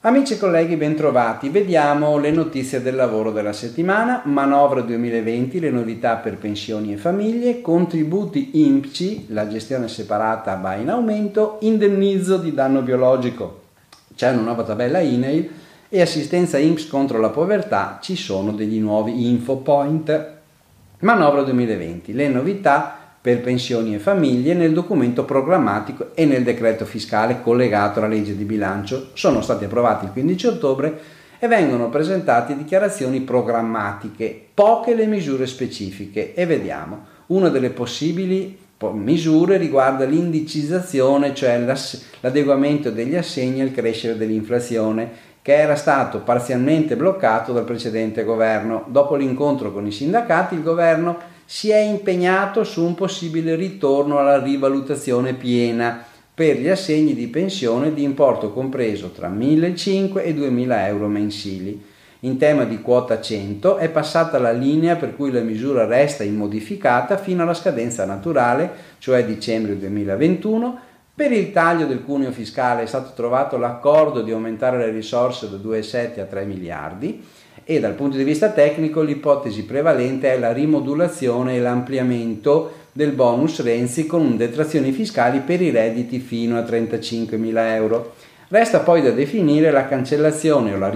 Amici e colleghi, bentrovati. Vediamo le notizie del lavoro della settimana. Manovra 2020, le novità per pensioni e famiglie, contributi INPCI, la gestione separata va in aumento, indennizzo di danno biologico. C'è una nuova tabella INAIL e assistenza INPS contro la povertà, ci sono degli nuovi info point. Manovra 2020, le novità per pensioni e famiglie nel documento programmatico e nel decreto fiscale collegato alla legge di bilancio sono stati approvati il 15 ottobre e vengono presentate dichiarazioni programmatiche, poche le misure specifiche e vediamo. Una delle possibili misure riguarda l'indicizzazione, cioè l'adeguamento degli assegni al crescere dell'inflazione, che era stato parzialmente bloccato dal precedente governo. Dopo l'incontro con i sindacati, il governo si è impegnato su un possibile ritorno alla rivalutazione piena per gli assegni di pensione di importo compreso tra 1.500 e 2.000 euro mensili. In tema di quota 100 è passata la linea per cui la misura resta immodificata fino alla scadenza naturale, cioè dicembre 2021. Per il taglio del cuneo fiscale è stato trovato l'accordo di aumentare le risorse da 2,7 a 3 miliardi e dal punto di vista tecnico l'ipotesi prevalente è la rimodulazione e l'ampliamento del bonus Renzi con detrazioni fiscali per i redditi fino a 35.000 euro. Resta poi da definire la cancellazione o la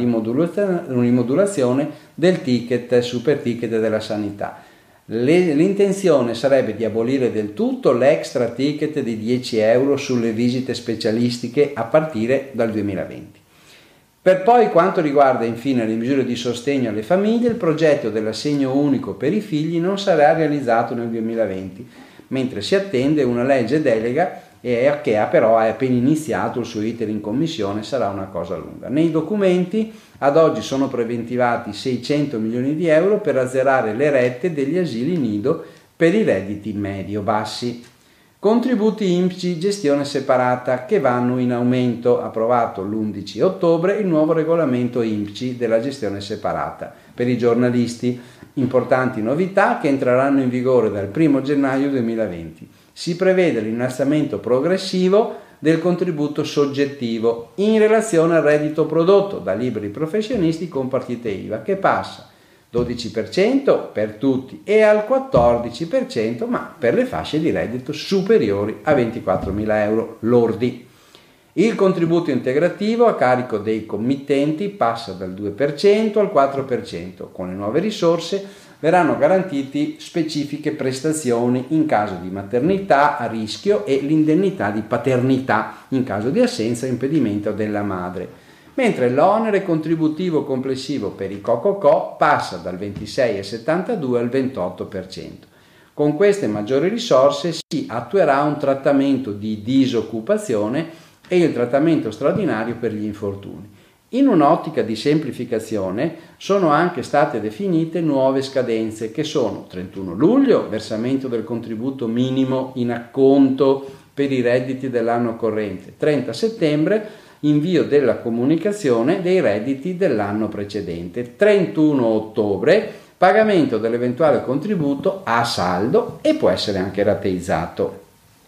rimodulazione del ticket, super ticket della sanità. L'intenzione sarebbe di abolire del tutto l'extra ticket di 10 euro sulle visite specialistiche a partire dal 2020. Per poi quanto riguarda infine le misure di sostegno alle famiglie, il progetto dell'assegno unico per i figli non sarà realizzato nel 2020, mentre si attende una legge delega che però è appena iniziato il suo iter in commissione, sarà una cosa lunga. Nei documenti ad oggi sono preventivati 600 milioni di euro per azzerare le rette degli asili nido per i redditi medio-bassi. Contributi INPCI gestione separata che vanno in aumento. Approvato l'11 ottobre il nuovo regolamento INPCI della gestione separata per i giornalisti. Importanti novità che entreranno in vigore dal 1 gennaio 2020. Si prevede l'innalzamento progressivo del contributo soggettivo in relazione al reddito prodotto da liberi professionisti con partite IVA che passa 12% per tutti e al 14% ma per le fasce di reddito superiori a 24.000 euro lordi. Il contributo integrativo a carico dei committenti passa dal 2% al 4%. Con le nuove risorse verranno garantiti specifiche prestazioni in caso di maternità a rischio e l'indennità di paternità in caso di assenza o impedimento della madre. Mentre l'onere contributivo complessivo per i co-co-co passa dal 26,72 al 28%. Con queste maggiori risorse si attuerà un trattamento di disoccupazione e il trattamento straordinario per gli infortuni. In un'ottica di semplificazione sono anche state definite nuove scadenze che sono 31 luglio, versamento del contributo minimo in acconto per i redditi dell'anno corrente, 30 settembre, invio della comunicazione dei redditi dell'anno precedente, 31 ottobre, pagamento dell'eventuale contributo a saldo e può essere anche rateizzato.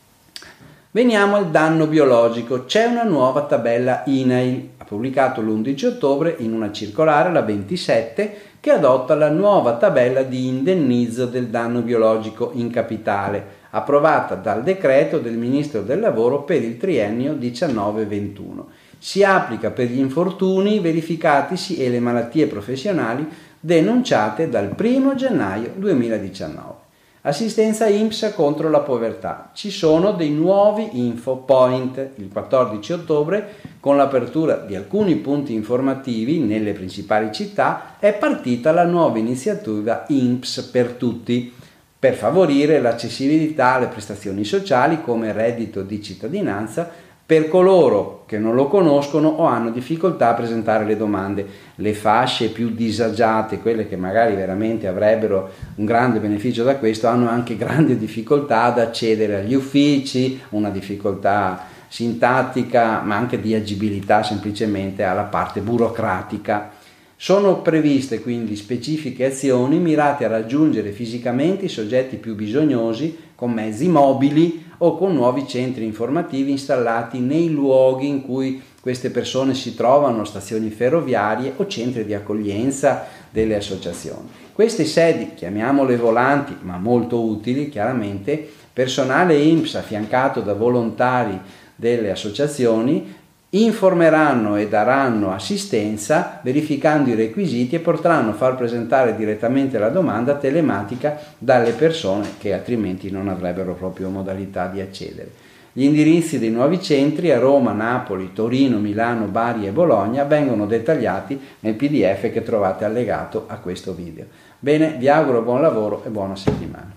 Veniamo al danno biologico. C'è una nuova tabella INAIL, ha pubblicato l'11 ottobre in una circolare, la 27, che adotta la nuova tabella di indennizzo del danno biologico in capitale, approvata dal decreto del Ministro del Lavoro per il triennio 19-21. Si applica per gli infortuni verificatisi e le malattie professionali denunciate dal 1 gennaio 2019. Assistenza INPS contro la povertà. Ci sono dei nuovi info point. Il 14 ottobre, con l'apertura di alcuni punti informativi nelle principali città, è partita la nuova iniziativa INPS per tutti, per favorire l'accessibilità alle prestazioni sociali come reddito di cittadinanza per coloro che non lo conoscono o hanno difficoltà a presentare le domande. Le fasce più disagiate, quelle che magari veramente avrebbero un grande beneficio da questo, hanno anche grandi difficoltà ad accedere agli uffici, una difficoltà sintattica ma anche di agibilità semplicemente alla parte burocratica. Sono previste quindi specifiche azioni mirate a raggiungere fisicamente i soggetti più bisognosi con mezzi mobili o con nuovi centri informativi installati nei luoghi in cui queste persone si trovano, stazioni ferroviarie o centri di accoglienza delle associazioni. Queste sedi, chiamiamole volanti, ma molto utili chiaramente, personale INPS affiancato da volontari delle associazioni, informeranno e daranno assistenza verificando i requisiti e potranno far presentare direttamente la domanda telematica dalle persone che altrimenti non avrebbero proprio modalità di accedere. Gli indirizzi dei nuovi centri a Roma, Napoli, Torino, Milano, Bari e Bologna vengono dettagliati nel PDF che trovate allegato a questo video. Bene, vi auguro buon lavoro e buona settimana.